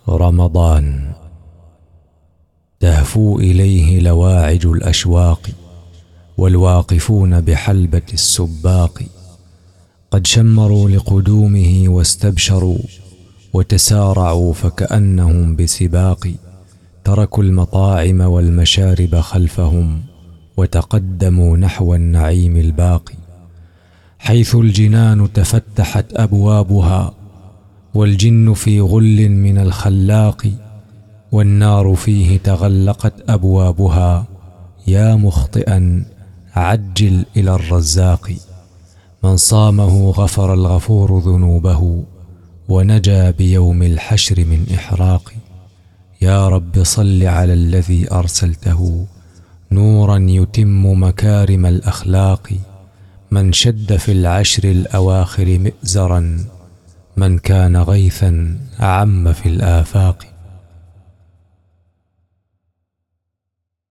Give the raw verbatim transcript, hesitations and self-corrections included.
رمضان تهفو إليه لواعج الأشواق، والواقفون بحلبة السباق قد شمروا لقدومه واستبشروا، وتسارعوا فكأنهم بسباق، تركوا المطاعم والمشارب خلفهم وتقدموا نحو النعيم الباقي، حيث الجنان تفتحت أبوابها والجن في غل من الخلاق، والنار فيه تغلقت أبوابها. يا مخطئا عجل إلى الرزاق، من صامه غفر الغفور ذنوبه ونجا بيوم الحشر من إحراق. يا رب صل على الذي أرسلته نورا يتم مكارم الأخلاق، من شد في العشر الأواخر مئزرا، من كان غيثا عم في الآفاق.